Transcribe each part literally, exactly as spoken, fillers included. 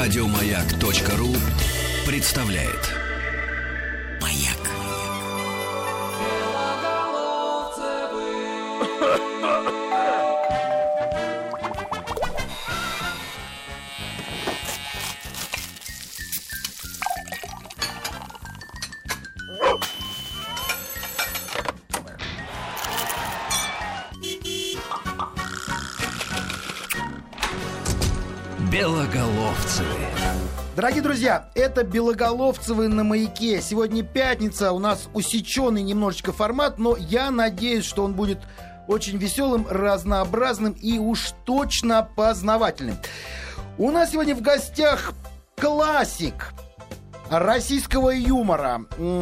Радиомаяк.ру представляет. Маяк. Белоголовцевы. Дорогие друзья, это Белоголовцевы на Маяке. Сегодня пятница, у нас усеченный немножечко формат, но я надеюсь, что он будет очень веселым, разнообразным и уж точно познавательным. У нас сегодня в гостях классик российского юмора,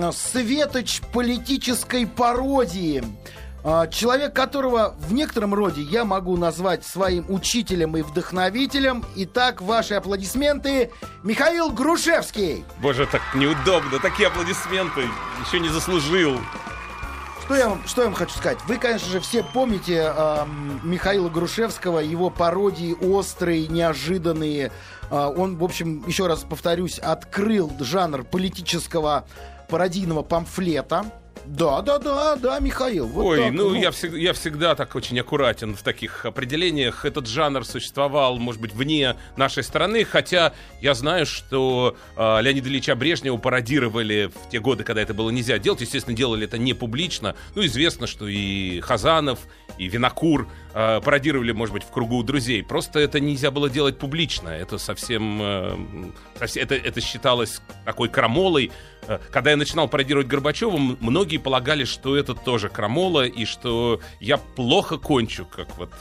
светоч политической пародии, человек, которого в некотором роде я могу назвать своим учителем и вдохновителем. Итак, ваши аплодисменты. Михаил Грушевский. Боже, так неудобно. Такие аплодисменты. Еще не заслужил. Что я вам, что я вам хочу сказать? Вы, конечно же, все помните э, Михаила Грушевского, его пародии острые, неожиданные. Э, он, в общем, еще раз повторюсь, открыл жанр политического пародийного памфлета. Да, да, да, да, Михаил. Вот Ой, так, ну, ну. Я, всегда, я всегда так очень аккуратен в таких определениях. Этот жанр существовал, может быть, вне нашей страны, хотя я знаю, что э, Леонида Ильича Брежнева пародировали в те годы, когда это было нельзя делать. Естественно, делали это не публично. Ну, известно, что и Хазанов, и Винокур э, пародировали, может быть, в кругу друзей. Просто это нельзя было делать публично. Это совсем... Э, совсем это, это считалось такой крамолой. Когда я начинал пародировать Горбачева, многие полагали, что это тоже крамола, и что я плохо кончу, как вот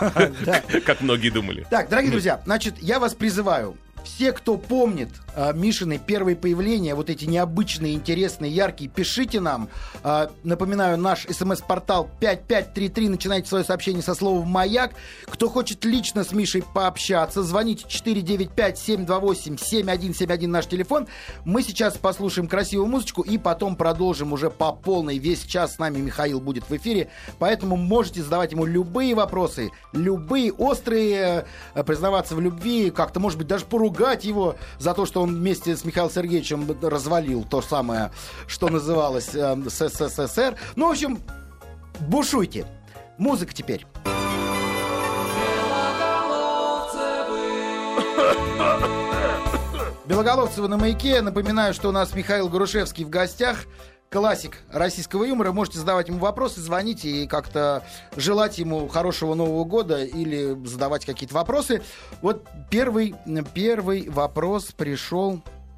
как многие думали. Так, дорогие друзья, значит, я вас призываю. Все, кто помнит э, Мишины первые появления, вот эти необычные, интересные, яркие, пишите нам. Э, напоминаю, наш смс-портал пять пять три три. Начинайте свое сообщение со словом «Маяк». Кто хочет лично с Мишей пообщаться, звоните четыре девять пять семь два восемь семь один семь один, наш телефон. Мы сейчас послушаем красивую музычку и потом продолжим уже по полной. Весь час с нами Михаил будет в эфире. Поэтому можете задавать ему любые вопросы, любые острые, э, признаваться в любви, как-то, может быть, даже поругать его за то, что он вместе с Михаилом Сергеевичем развалил то самое, что называлось э, СССР. Ну, в общем, бушуйте. Музыка теперь. Белоголовцевы на Маяке. Напоминаю, что у нас Михаил Грушевский в гостях. Классик российского юмора. Можете задавать ему вопросы, звонить и как-то желать ему хорошего Нового года или задавать какие-то вопросы. Вот первый, первый вопрос пришел,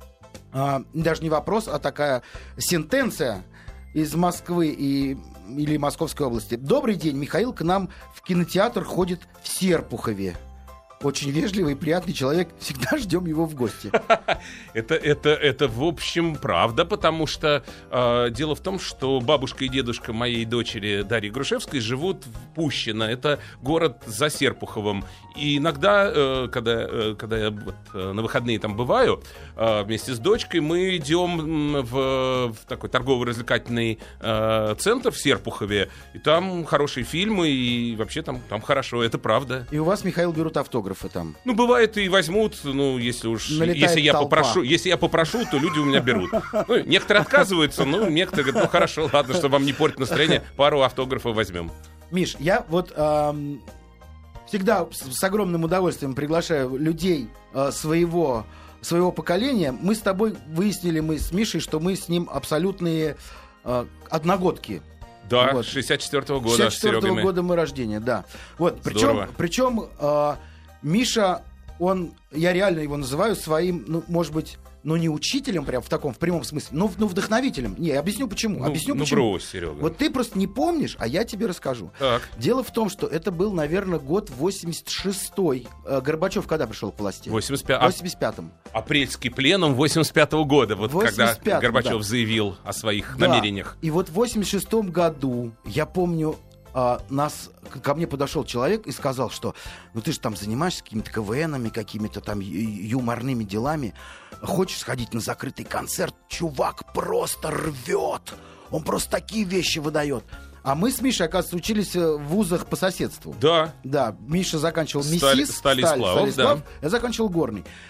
а, даже не вопрос, а такая сентенция из Москвы и, или Московской области. Добрый день, Михаил к нам в кинотеатр ходит в Серпухове. Очень вежливый и приятный человек. Всегда ждем его в гости. Это, это, это в общем, правда, потому что э, дело в том, что бабушка и дедушка моей дочери Дарьи Грушевской живут в Пущино. Это город за Серпуховым. И иногда, э, когда, э, когда я вот, э, на выходные там бываю, э, вместе с дочкой мы идем в, в такой торгово-развлекательный э, центр в Серпухове. И там хорошие фильмы, и вообще там, там хорошо. Это правда. И у вас, Михаил, берут автографы там? Ну, бывает, и возьмут, ну, если уж... Налетает если я толпа. попрошу, если я попрошу, то люди у меня берут. Ну, некоторые отказываются, ну, некоторые говорят, ну, хорошо, ладно, чтобы вам не портить настроение, пару автографов возьмем. Миш, я вот эм, всегда с, с огромным удовольствием приглашаю людей э, своего, своего поколения. Мы с тобой выяснили, мы с Мишей, что мы с ним абсолютные э, одногодки. Да, вот. шестьдесят четвёртого года. шестьдесят четвёртого года мы рождения, да. Вот, причем, причем э, Миша, он, я реально его называю своим, ну, может быть, ну, не учителем прям в таком, в прямом смысле, но, но вдохновителем. Не, я объясню почему. Ну, объясню ну почему. брось, Серега. Вот ты просто не помнишь, а я тебе расскажу. Так. Дело в том, что это был, наверное, год восемьдесят шестой. Э, Горбачев когда пришел к власти? восемьдесят пятый. В восемьдесят пятом. Апрельский пленум восемьдесят пятого года, вот когда восемьдесят пятом, Горбачев да. заявил о своих Да. намерениях. И вот в восемьдесят шестом году, я помню, а, нас, ко мне подошел человек и сказал, что ну ты же там занимаешься какими-то КВНами, какими-то там ю- юморными делами, хочешь сходить на закрытый концерт? Чувак просто рвет, он просто такие вещи выдает. А мы с Мишей, оказывается, учились в вузах по соседству. Да. Да, Миша заканчивал Стали- МИСИС, Сталиславов, Сталислав, да. я заканчивал Горный.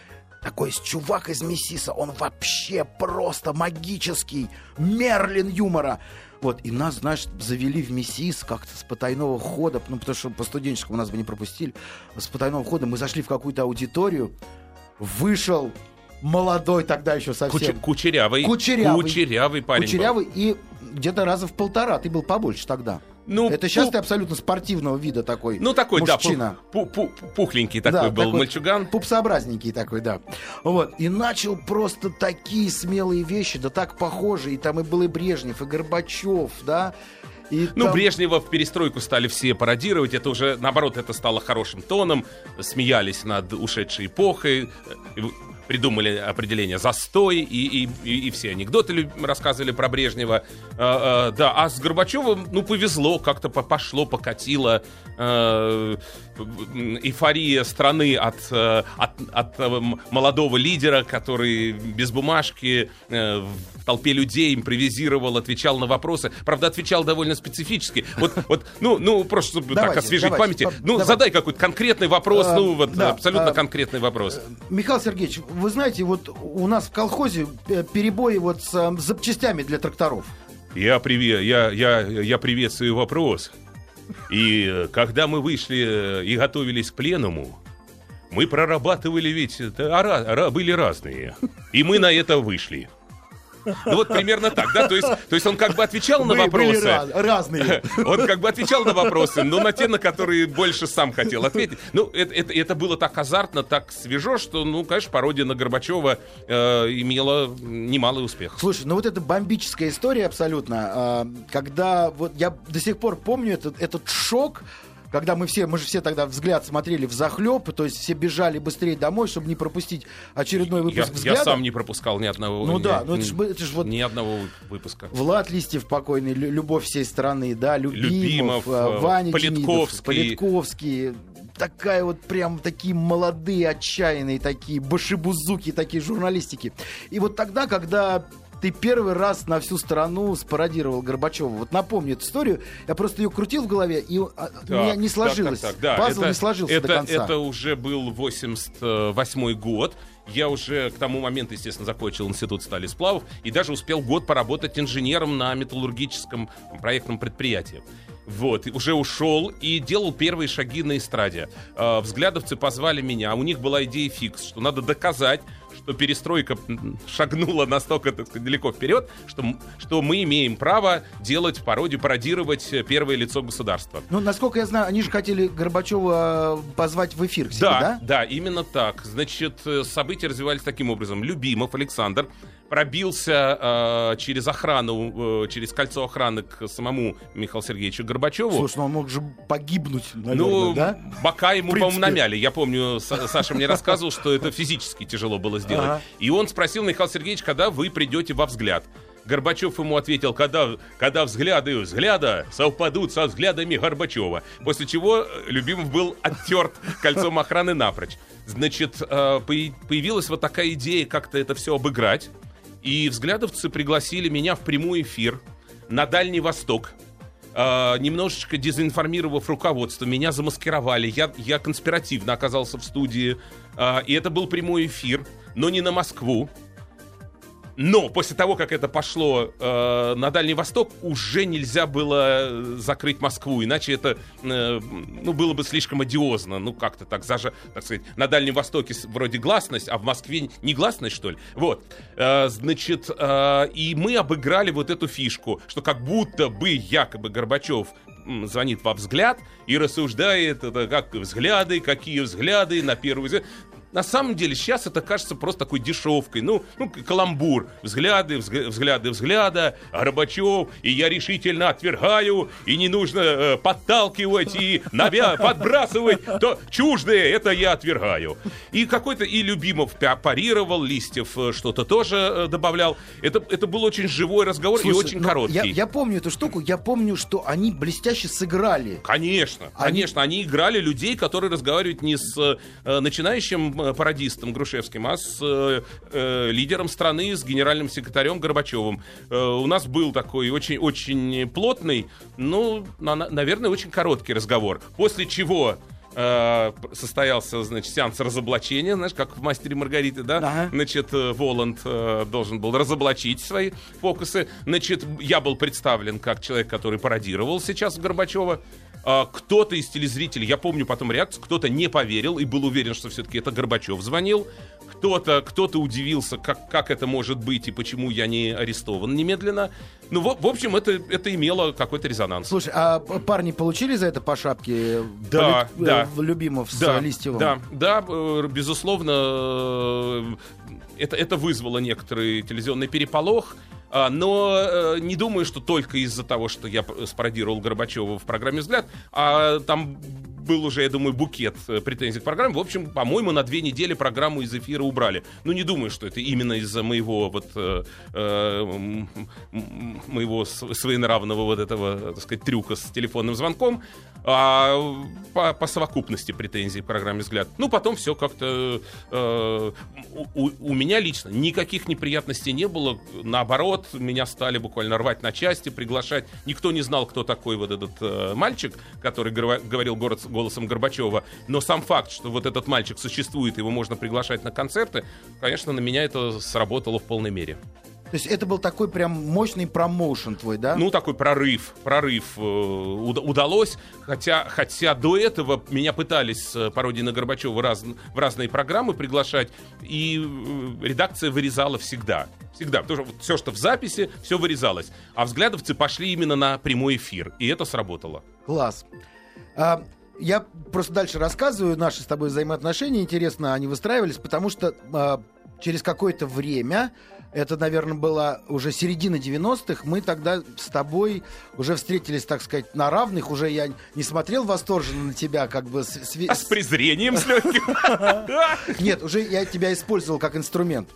такой чувак из Миссиса, он вообще просто магический Мерлин юмора. Вот, и нас, знаешь, завели в Миссис как-то с потайного хода, ну, потому что по студенческому нас бы не пропустили. С потайного хода мы зашли в какую-то аудиторию, вышел молодой тогда еще совсем. Кучер, кучерявый. Кучерявый. Кучерявый парень Кучерявый, был. и где-то раза в полтора, ты был побольше тогда. Ну, это сейчас пу... ты абсолютно спортивного вида такой. Ну, такой, мужчина. да, пу- пу- пу- пухленький такой да, был такой мальчуган. Пупсообразненький такой, да. Вот. И начал просто такие смелые вещи, да так похожи. И там и был и Брежнев, и Горбачев, да. И ну, там... Брежнева в перестройку стали все пародировать. Это уже, наоборот, это стало хорошим тоном. Смеялись над ушедшей эпохой. Придумали определение «застой», и, и, и, и все анекдоты рассказывали про Брежнева. А, а, да, а с Горбачевым, ну, повезло, как-то пошло, покатило. А, эйфория страны от, от, от молодого лидера, который без бумажки в толпе людей импровизировал, отвечал на вопросы. Правда, отвечал довольно специфически. Вот, вот ну, ну, просто чтобы давайте, так освежить в памяти. Ну, давайте. Задай какой-то конкретный вопрос, а, ну, вот да, абсолютно а, конкретный вопрос. Михаил Сергеевич, вы знаете, вот у нас в колхозе перебои вот с э, запчастями для тракторов. Я, привет, я, я, я приветствую вопрос. И когда мы вышли и готовились к пленуму, мы прорабатывали ведь... А, были разные. И мы на это вышли. Ну вот примерно так, да? То есть, то есть он как бы отвечал на Были, вопросы. Были раз, разные. Он как бы отвечал на вопросы, но на те, на которые больше сам хотел ответить. Ну, это, это, это было так азартно, так свежо, что, ну, конечно, пародия на Горбачева э, имела немалый успех. Слушай, ну вот это бомбическая история абсолютно. Э, когда вот я до сих пор помню этот, этот шок, когда мы все, мы же все тогда «Взгляд» смотрели взахлеб, то есть все бежали быстрее домой, чтобы не пропустить очередной выпуск я, «Взгляда». Я сам не пропускал ни одного. Ну ни, да, ну это ж, это ж вот ни одного выпуска. Влад Листьев покойный, любовь всей страны, да, Любимов, Любимов, Ваня Политковский. Демидов, Политковский. Такая вот прям такие молодые, отчаянные, такие башибузуки, такие журналистики. И вот тогда, когда ты первый раз на всю страну спародировал Горбачева. Вот напомню эту историю. Я просто ее крутил в голове, и так, у меня не сложилось. Так, так, так, да. Пазл это, не сложился это, до конца. Это уже был восемьдесят восьмой год. Я уже к тому моменту, естественно, закончил институт стали и сплавов и даже успел год поработать инженером на металлургическом проектном предприятии. Вот, уже ушел и делал первые шаги на эстраде. Взглядовцы позвали меня. У них была идея фикс, что надо доказать, что перестройка шагнула настолько, так сказать, далеко вперед, что, что мы имеем право делать пародию, пародировать первое лицо государства. Ну, насколько я знаю, они же хотели Горбачева позвать в эфир к себе, да? Да, да, именно так. Значит, события развивались таким образом. Любимов Александр пробился э, через охрану, э, через кольцо охраны к самому Михаилу Сергеевичу Горбачеву. Слушай, ну он мог же погибнуть, наверное, ну, да? Бока ему, по-моему, намяли. Я помню, Саша мне рассказывал, что это физически тяжело было сделать. Ага. И он спросил Михаила Сергеевича, когда вы придете во «Взгляд». Горбачев ему ответил, когда, когда взгляды взгляда совпадут со взглядами Горбачева. После чего Любимов был оттерт кольцом охраны напрочь. Значит, э, появилась вот такая идея как-то это все обыграть. И взглядовцы пригласили меня в прямой эфир на Дальний Восток, э, немножечко дезинформировав руководство. Меня замаскировали, я, я конспиративно оказался в студии. Э, и это был прямой эфир, но не на Москву. Но после того, как это пошло э, на Дальний Восток, уже нельзя было закрыть Москву, иначе это э, ну, было бы слишком одиозно. Ну, как-то так, зажа, так сказать, на Дальнем Востоке вроде гласность, а в Москве не гласность, что ли? Вот. Э, значит, э, и мы обыграли вот эту фишку, что как будто бы якобы Горбачев звонит во «Взгляд» и рассуждает, это как взгляды, какие взгляды на первый взгляд. На самом деле сейчас это кажется просто такой дешевкой. Ну, ну каламбур. Взгляды, взгляды, взгляда. Горбачев. И я решительно отвергаю. И не нужно э, подталкивать и навя- подбрасывать. То чуждое, это я отвергаю. И какой-то и Любимов парировал. Листьев что-то тоже э, добавлял. Это, это был очень живой разговор. Слушай, и очень ну, короткий. Я, я помню эту штуку. Я помню, что они блестяще сыграли. Конечно. Они... Конечно. Они играли людей, которые разговаривают не с э, начинающим пародистом Грушевским, а с э, э, лидером страны, с генеральным секретарем Горбачевым. Э, у нас был такой очень-очень плотный, ну, на, наверное, очень короткий разговор. После чего э, состоялся, значит, сеанс разоблачения, знаешь, как в «Мастере и Маргарите», да? Ага. Значит, Воланд э, должен был разоблачить свои фокусы. Значит, я был представлен как человек, который пародировал сейчас Горбачева. Э, кто-то из телезрителей, я помню потом реакцию, кто-то не поверил и был уверен, что все-таки это Горбачев звонил. Кто-то, кто-то удивился, как, как это может быть и почему я не арестован немедленно. Ну, в, в общем, это, это имело какой-то резонанс. Слушай, а парни получили за это по шапке? Да, по, да. В Любимов да, с Листьевым? Да, да, безусловно, это, это вызвало некоторый телевизионный переполох. Но не думаю, что только из-за того, что я спародировал Горбачева в программе «Взгляд», а там был уже, я думаю, букет претензий к программе. В общем, по-моему, на две недели программу из эфира убрали. Ну, не думаю, что это именно из-за моего вот э, э, моего своенравного вот этого, так сказать, трюка с телефонным звонком, а по, по совокупности претензий к программе «Взгляд». Ну, потом все как-то... Э, у, у меня лично никаких неприятностей не было. Наоборот, меня стали буквально рвать на части, приглашать. Никто не знал, кто такой вот этот э, мальчик, который говорил город голосом Горбачева, но сам факт, что вот этот мальчик существует, его можно приглашать на концерты, конечно, на меня это сработало в полной мере. То есть это был такой прям мощный промоушен твой, да? Ну, такой прорыв, прорыв э, удалось, хотя, хотя до этого меня пытались с пародией на Горбачева раз, в разные программы приглашать, и э, редакция вырезала всегда. Всегда, потому что вот все, что в записи, все вырезалось. А взглядовцы пошли именно на прямой эфир, и это сработало. Класс. А... Я просто дальше рассказываю наши с тобой взаимоотношения. Интересно, они выстраивались, потому что э, через какое-то время, это, наверное, была уже середина девяностых, мы тогда с тобой уже встретились, так сказать, на равных. Уже я не смотрел восторженно на тебя, как бы... С, с, а с презрением с легким? Нет, уже я тебя использовал как инструмент.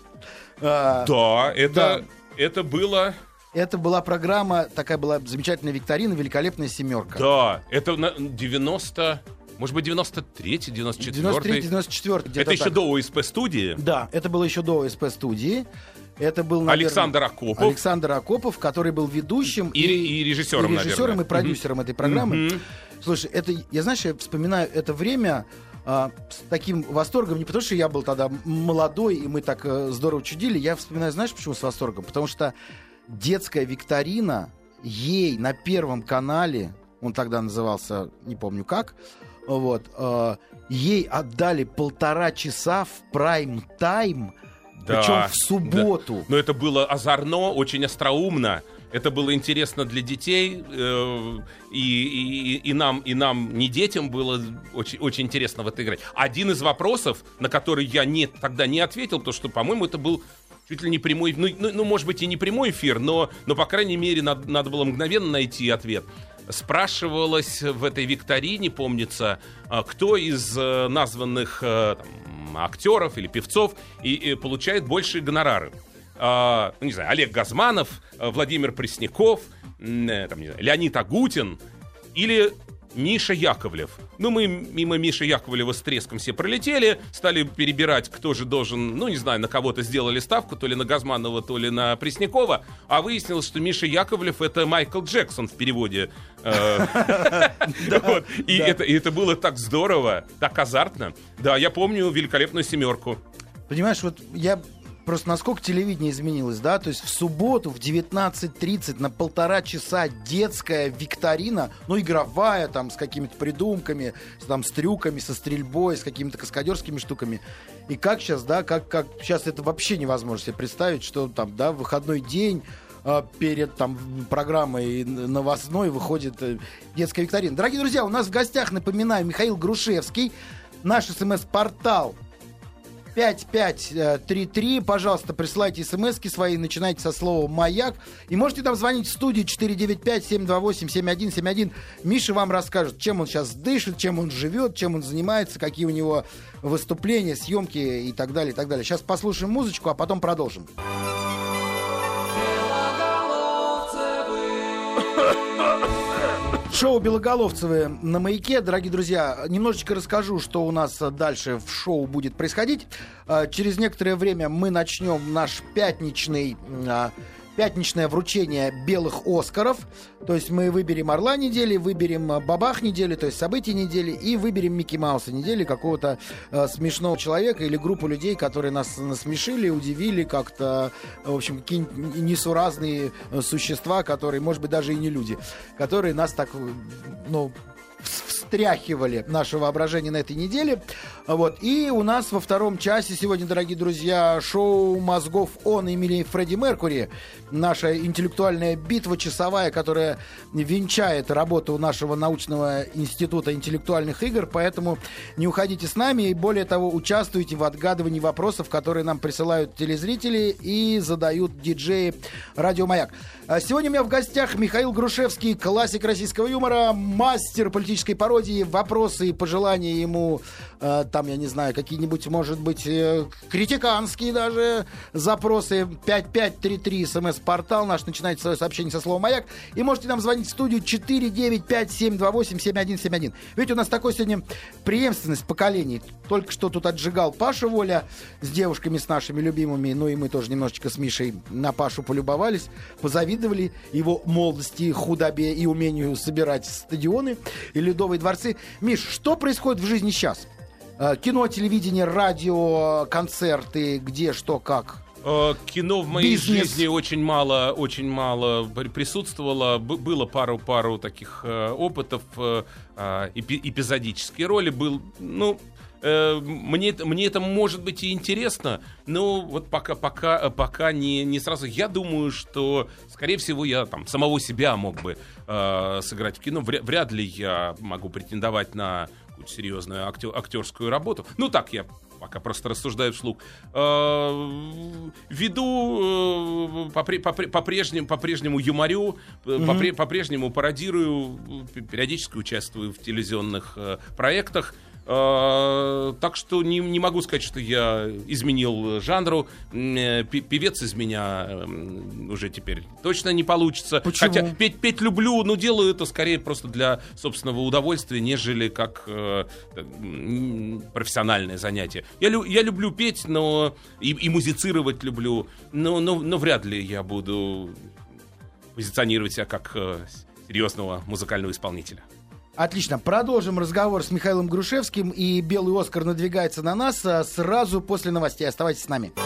Да, это было... Это была программа, такая была замечательная викторина, «Великолепная семерка». Да, это на девяносто... Может быть, девяносто третий, девяносто четвёртый? девяносто третий, девяносто четвёртый. Это еще так. До ОСП-студии? Да, это было еще до ОСП-студии. Это был, наверное, Александр Акопов. Александр Акопов, который был ведущим и, и, и режиссером, и, режиссером, наверное. и продюсером mm-hmm. этой программы. Mm-hmm. Слушай, это, я, знаешь, я вспоминаю это время а, с таким восторгом, не потому что я был тогда молодой, и мы так а, здорово чудили. Я вспоминаю, знаешь, почему с восторгом? Потому что детская викторина, ей на Первом канале, он тогда назывался, не помню как, вот, э, ей отдали полтора часа в прайм-тайм, да, причем в субботу. Да. Но это было озорно, очень остроумно. Это было интересно для детей, э, и, и, и, нам, и нам, не детям, было очень, очень интересно в это играть. Один из вопросов, на который я не, тогда не ответил, потому что, по-моему, это был чуть ли не прямой, ну, ну, ну может быть, и не прямой эфир, но, но по крайней мере, надо, надо было мгновенно найти ответ. Спрашивалось в этой викторине, помнится, кто из названных там, актеров или певцов и, и получает большие гонорары. А, ну, не знаю, Олег Газманов, Владимир Пресняков, там, не знаю, Леонид Агутин или Миша Яковлев. Ну, мы мимо Миши Яковлева с треском все пролетели, стали перебирать, кто же должен, ну, не знаю, на кого-то сделали ставку, то ли на Газманова, то ли на Преснякова, а выяснилось, что Миша Яковлев — это Майкл Джексон в переводе. И это было так здорово, так азартно. Да, я помню «Великолепную семерку». Понимаешь, вот я... Просто насколько телевидение изменилось, да? То есть в субботу в девятнадцать тридцать на полтора часа детская викторина, ну, игровая, там, с какими-то придумками, там, с трюками, со стрельбой, с какими-то каскадерскими штуками. И как сейчас, да, как, как сейчас это вообще невозможно себе представить, что там, да, в выходной день э, перед там программой новостной выходит э, детская викторина. Дорогие друзья, у нас в гостях, напоминаю, Михаил Грушевский, наш смс-портал пять пять три три. Пожалуйста, присылайте смски свои, начинайте со слова «Маяк». И можете там звонить в студию четыре девять пять семь два восемь семь один семь один. Миша вам расскажет, чем он сейчас дышит, чем он живет, чем он занимается, какие у него выступления, съемки и так далее, и так далее. Сейчас послушаем музычку, а потом продолжим. Шоу «Белоголовцевы» на «Маяке». Дорогие друзья, немножечко расскажу, что у нас дальше в шоу будет происходить. Через некоторое время мы начнем наш пятничный, пятничное вручение белых Оскаров. То есть мы выберем орла недели, выберем бабах недели, то есть события недели, и выберем Микки Мауса недели, какого-то э, смешного человека или группу людей, которые нас насмешили, удивили как-то, в общем, какие-нибудь несуразные существа, которые, может быть, даже и не люди, которые нас так, ну, встряхивали наше воображение на этой неделе. Вот. И у нас во втором часе сегодня, дорогие друзья, шоу мозгов он имени Фредди Меркьюри. Наша интеллектуальная битва часовая, которая венчает работу нашего научного института интеллектуальных игр. Поэтому не уходите с нами и, более того, участвуйте в отгадывании вопросов, которые нам присылают телезрители и задают диджеи Радио Маяк. Сегодня у меня в гостях Михаил Грушевский, классик российского юмора, мастер политической пародии. Вопросы и пожелания ему, э, там, я не знаю, какие-нибудь, может быть, э, критиканские даже запросы. пять пять три три смс-портал наш. Начинайте свое сообщение со слова «Маяк». И можете нам звонить в студию четыре девять пять семь два восемь семь один семь один. Видите, у нас такой сегодня преемственность поколений. Только что тут отжигал Паша Воля с девушками, с нашими любимыми. Ну и мы тоже немножечко с Мишей на Пашу полюбовались, позавидовали его молодости, худобе и умению собирать стадионы и ледовые дворцы. Миш, что происходит в жизни сейчас? Кино, телевидение, радио, концерты, где, что, как? Кино в моей Бизнес. жизни очень мало, очень мало присутствовало. Б- было пару-пару таких э, опытов. Э, эпи- эпизодические роли был, ну... Мне, мне это может быть и интересно, но вот пока, пока, пока не, не сразу. Я думаю, что, скорее всего, я там самого себя мог бы э, сыграть в кино. Вряд, вряд ли я могу претендовать на какую-то серьезную актер, актерскую работу. Ну так, я пока просто рассуждаю вслух. Э, веду э, попре, попре, по-прежнему, по-прежнему юморю, mm-hmm. попре, по-прежнему пародирую, периодически участвую в телевизионных э, проектах. Uh, так что не, не могу сказать, что я изменил жанру. Певец из меня uh, уже теперь точно не получится. Почему? Хотя петь, петь люблю, но делаю это скорее просто для собственного удовольствия, нежели как uh, профессиональное занятие. Я, лю, я люблю петь, но и, и музицировать люблю, но, но, но вряд ли я буду позиционировать себя как uh, серьезного музыкального исполнителя. Отлично. Продолжим разговор с Михаилом Грушевским. И белый Оскар надвигается на нас сразу после новостей. Оставайтесь с нами.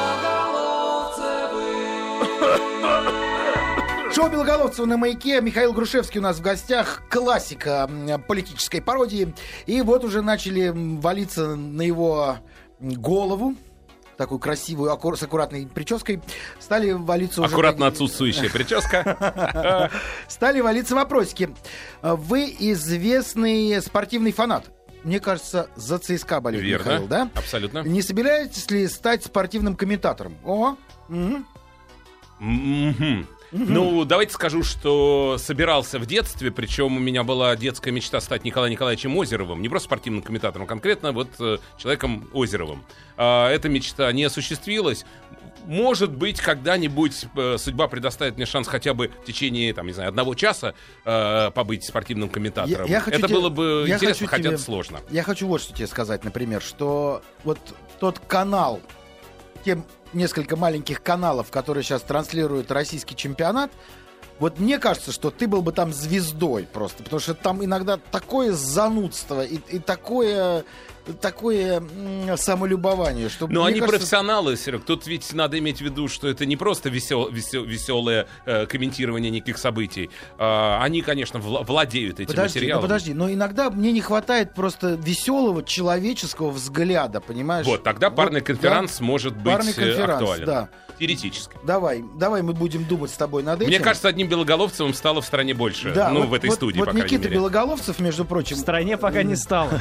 Шоу «Белоголовцева» на Маяке. Михаил Грушевский у нас в гостях. Классика политической пародии. И вот уже начали валиться на его голову, такую красивую, аккур- с аккуратной прической, стали валиться уже... Аккуратно отсутствующая прическа. Стали валиться вопросики. Вы известный спортивный фанат. Мне кажется, за ЦСКА болеет, Верно, Михаил, да? Абсолютно. Не собираетесь ли стать спортивным комментатором? О, угу. Mm-hmm. Mm-hmm. Ну, давайте скажу, что собирался в детстве, причем у меня была детская мечта стать Николаем Николаевичем Озеровым, не просто спортивным комментатором, а конкретно вот э, человеком Озеровым. А, эта мечта не осуществилась. Может быть, когда-нибудь э, судьба предоставит мне шанс хотя бы в течение, там, не знаю, одного часа э, побыть спортивным комментатором. Я, я хочу это тебе, было бы интересно, хотя тебе, сложно. Я хочу вот что тебе сказать, например, что вот тот канал, тем несколько маленьких каналов, которые сейчас транслируют российский чемпионат, вот мне кажется, что ты был бы там звездой просто, потому что там иногда такое занудство и, и такое, такое м- самолюбование. Что, но они кажется... профессионалы, Серег. Тут ведь надо иметь в виду, что это не просто весел, весел, веселое э, комментирование неких событий. Э, они, конечно, вла- владеют этим подожди, материалом. Ну подожди, но иногда мне не хватает просто веселого человеческого взгляда, понимаешь? Вот, тогда парный вот, конферанс да? может быть парный конферанс, актуален. Да. Теоретически. Давай, давай мы будем думать с тобой над этим. Мне кажется, одним Белоголовцевым стало в стране больше. Да, ну, вот, в этой вот, студии, вот по Никита крайней мере. Белоголовцев, между прочим... В стране пока не стало.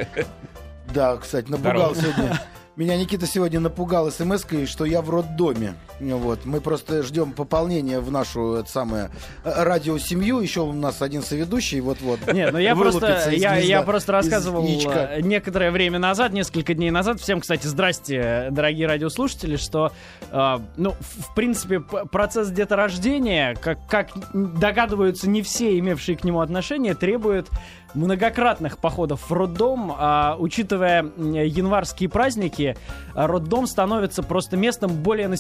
Да, кстати, напугал сегодня. Меня Никита сегодня напугал смс-кой, что я в роддоме. Вот. Мы просто ждем пополнения в нашу это самое, радиосемью. Еще у нас один соведущий вот-вот. Нет, ну я просто, я, я просто рассказывал яичка. некоторое время назад, несколько дней назад, всем, кстати, здрасте, дорогие радиослушатели, что, э, ну, в принципе, процесс деторождения, как, как догадываются не все, имевшие к нему отношение, требует многократных походов в роддом, а, учитывая январские праздники, роддом становится просто местом более населенным,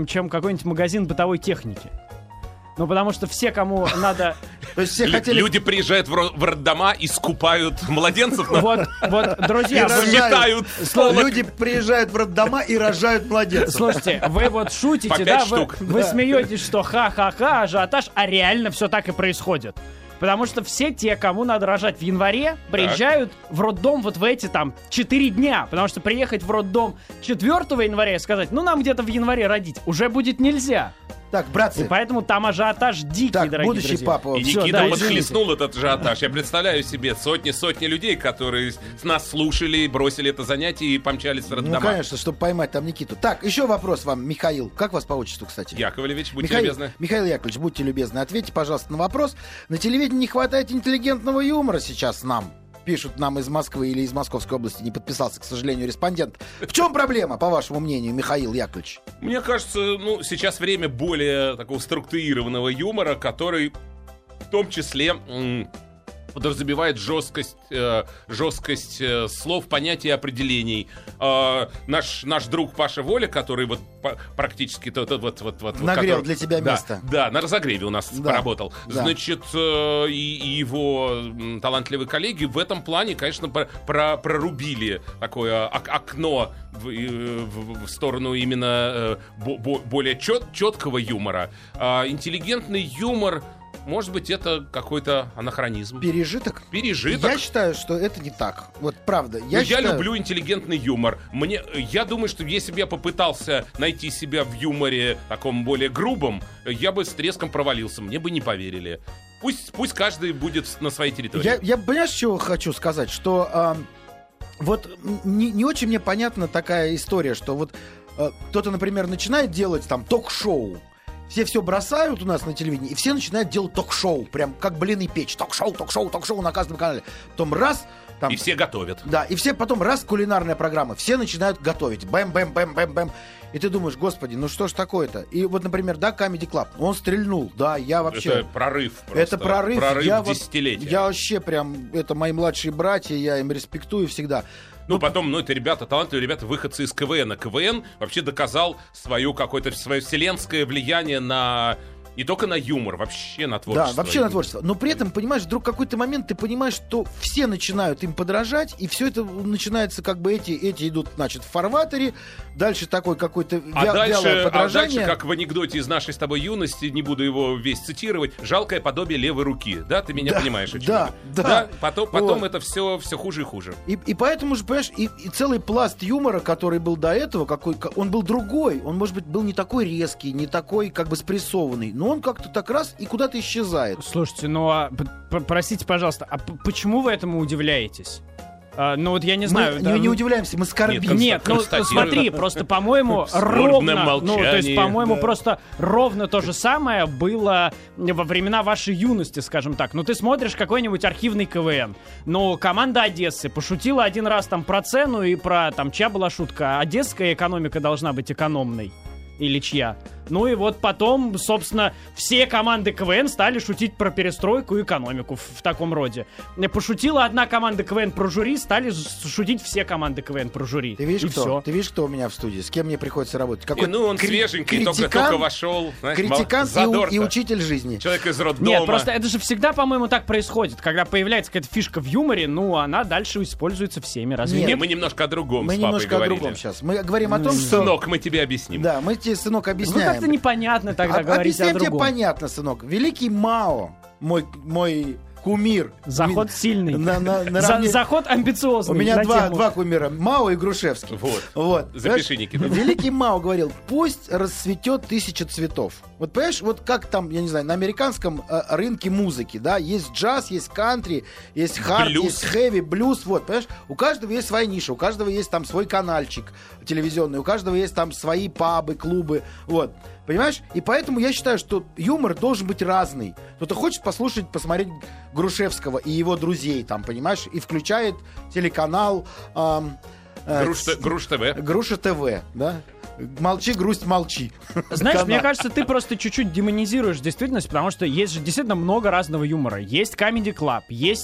чем какой-нибудь магазин бытовой техники. Ну, потому что все, кому надо... То есть все Лю- хотели... Люди приезжают в, ро- в роддома и скупают младенцев, на- Вот, вот, друзья, И вы- заметают с полок. Люди приезжают в роддома и рожают младенцев. слушайте, вы вот шутите, По да, пять вы, штук. вы смеетесь, что ха-ха-ха, ажиотаж, а реально все так и происходит. Потому что все те, кому надо рожать в январе, приезжают в роддом вот в эти там четыре дня. Потому что приехать в роддом четвёртого января и сказать, ну нам где-то в январе родить, уже будет нельзя. Так, И братцы, поэтому там ажиотаж дикий, так, дорогие будущий друзья. папа. И Всё, Никита да, подхлестнул этот ажиотаж. Я представляю себе сотни-сотни людей, которые с нас слушали, бросили это занятие и помчались в роддома. Ну, конечно, чтобы поймать там Никиту. Так, еще вопрос вам, Михаил. Как вас по отчеству, кстати? Яковлевич, будьте Михаил, любезны. Михаил Яковлевич, будьте любезны, ответьте, пожалуйста, на вопрос. На телевидении не хватает интеллигентного юмора сейчас нам. Пишут нам из Москвы или из Московской области. Не подписался, к сожалению, респондент. В чем проблема, по вашему мнению, Михаил Яковлевич? Мне кажется, ну, сейчас время более такого структурированного юмора, который в том числе м, подразумевает жесткость, э, жесткость э, слов, понятий и определений. Э, наш, наш друг Паша Воля, который вот по- практически то, то, вот, вот, вот, Нагрел который- для тебя да, место. Да, на разогреве у нас Да, поработал. да. Значит, э, и, и его м, талантливые коллеги в этом плане, конечно, про- про- прорубили такое ок- окно в, и, в- в сторону именно э, бо- бо- более чет- четкого юмора. А интеллигентный юмор, может быть, это какой-то анахронизм. Пережиток? Пережиток. Я считаю, что это не так. Вот правда. Ну, Я, Я, считаю- люблю интеллигентный юмор. Мне, я думаю, что если бы я попытался найти себя в юморе таком более грубом, я бы с треском провалился. Мне бы не поверили. Пусть, пусть каждый будет на своей территории. Я, я понимаешь, чего хочу сказать? Что а, вот не, не очень мне понятна такая история, что вот а, кто-то, например, начинает делать там ток-шоу. Все все бросают у нас на телевидении, и все начинают делать ток-шоу. Прям как блины печь. Ток-шоу, ток-шоу, ток-шоу на каждом канале. Потом раз... Там, И все готовят. Да, и все потом раз кулинарная программа, все начинают готовить. Бэм-бэм-бэм-бэм-бэм. И ты думаешь, господи, ну что ж такое-то? И вот, например, да, Comedy Club, он стрельнул, да, я вообще... Это прорыв просто. Это прорыв. Прорыв я вот- десятилетия. я вообще прям, это мои младшие братья, я им респектую всегда. Ну, потом, ну, это ребята, талантливые ребята, выходцы из КВН. КВН вообще доказал свое какое-то, свое вселенское влияние на... Не только на юмор, вообще на творчество. Да, вообще на творчество. Но при этом, понимаешь, вдруг какой-то момент ты понимаешь, что все начинают им подражать, и все это начинается как бы эти, эти идут, значит, в фарватере, дальше такой какой-то А вя- дальше, вялое а подражание. дальше, как в анекдоте из нашей с тобой юности, не буду его весь цитировать, жалкое подобие левой руки. Да, ты меня Да, понимаешь, о чем да, я? да. Потом, потом Вот. это все, все хуже и хуже. И, и поэтому же, понимаешь, и, и целый пласт юмора, который был до этого, какой, ка- он был другой. Он, может быть, был не такой резкий, не такой, как бы, спрессованный. Но он как-то так раз и куда-то исчезает. Слушайте, ну а п- п- простите, пожалуйста, а п- почему вы этому удивляетесь? А, ну вот я не знаю. мы да, не, не ну- удивляемся, мы скорбим. Нет, Нет, ну констатирую. смотри, просто, по-моему, скорбном ровно, ну, то есть, молчании. по-моему, Да. просто ровно то же самое было во времена вашей юности, скажем так. Ну, ты смотришь какой-нибудь архивный КВН, ну, команда Одессы пошутила один раз там про цену и про, там, чья была шутка, одесская экономика должна быть экономной. Или чья. Ну и вот потом, собственно, все команды КВН стали шутить про перестройку и экономику в, в таком роде. Пошутила одна команда КВН про жюри, стали с- шутить все команды КВН про жюри. Ты видишь, и кто? всё. Ты видишь, кто у меня в студии? С кем мне приходится работать? Не, Какой ну, он кри- свеженький, только, критикан, только вошел. знаешь, критикан мал- и, у- задор-то. и учитель жизни. Человек из роддома. Нет, просто это же всегда, по-моему, так происходит. Когда появляется какая-то фишка в юморе, ну, она дальше используется всеми. Разве Нет. Не, нет? мы немножко о другом Мы с папой немножко о говорили. другом сейчас. Мы говорим о том, что... Сынок, мы тебе объясним. Да, мы тебе, сынок, Ну, объясняем. как-то непонятно тогда Об- говорить о Объясняем тебе другом. понятно, сынок. Великий Мао, мой, мой кумир. Заход Ми- сильный. на- на- За- наравне- заход амбициозный. У меня на два, тему. два кумира. Мао и Грушевский. Вот. Вот. Запиши, Понимаешь, Никита. Великий Мао говорил, пусть расцветет тысяча цветов. Вот понимаешь, вот как там, я не знаю, на американском э, рынке музыки, да, есть джаз, есть кантри, есть хард, Блюз. есть хэви, блюз, вот, понимаешь, у каждого есть своя ниша, у каждого есть там свой канальчик телевизионный, у каждого есть там свои пабы, клубы, вот. Понимаешь? И поэтому я считаю, что юмор должен быть разный. Кто-то хочет послушать, посмотреть Грушевского и его друзей, там, понимаешь, и включает телеканал эм, э, Груш, Т- Груш ТВ. Груша ТВ, да? Молчи, грусть, молчи. Знаешь, Канал. мне кажется, ты просто чуть-чуть демонизируешь действительность, потому что есть же действительно много разного юмора. Есть Comedy Club, есть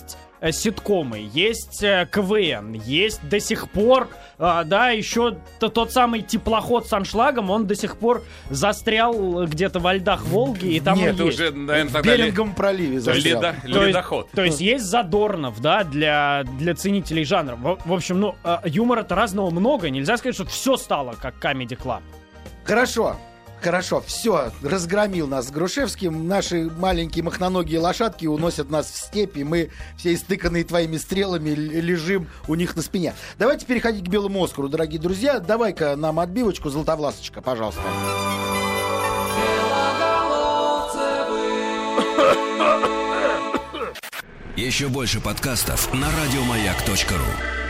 э, ситкомы, есть э, КВН, есть до сих пор, э, да, еще т- тот самый теплоход с аншлагом, он до сих пор застрял где-то во льдах Волги, и там Нет, он Это есть. уже, наверное, В тогда ли- Беринговом проливе застрял. ледо- То есть- ледоход. То есть есть Задорнов, да, для, для ценителей жанра. В, в общем, ну, э, юмора-то разного много. Нельзя сказать, что все стало как Comedy Club. Хорошо. Хорошо, все, разгромил нас с Грушевским. Наши маленькие махноногие лошадки уносят нас в степь, и мы все истыканные твоими стрелами л- лежим у них на спине. Давайте переходить к Белому Оскару, дорогие друзья. Давай-ка нам отбивочку, Златовласочка, пожалуйста. Еще больше подкастов на радиомаяк точка ру.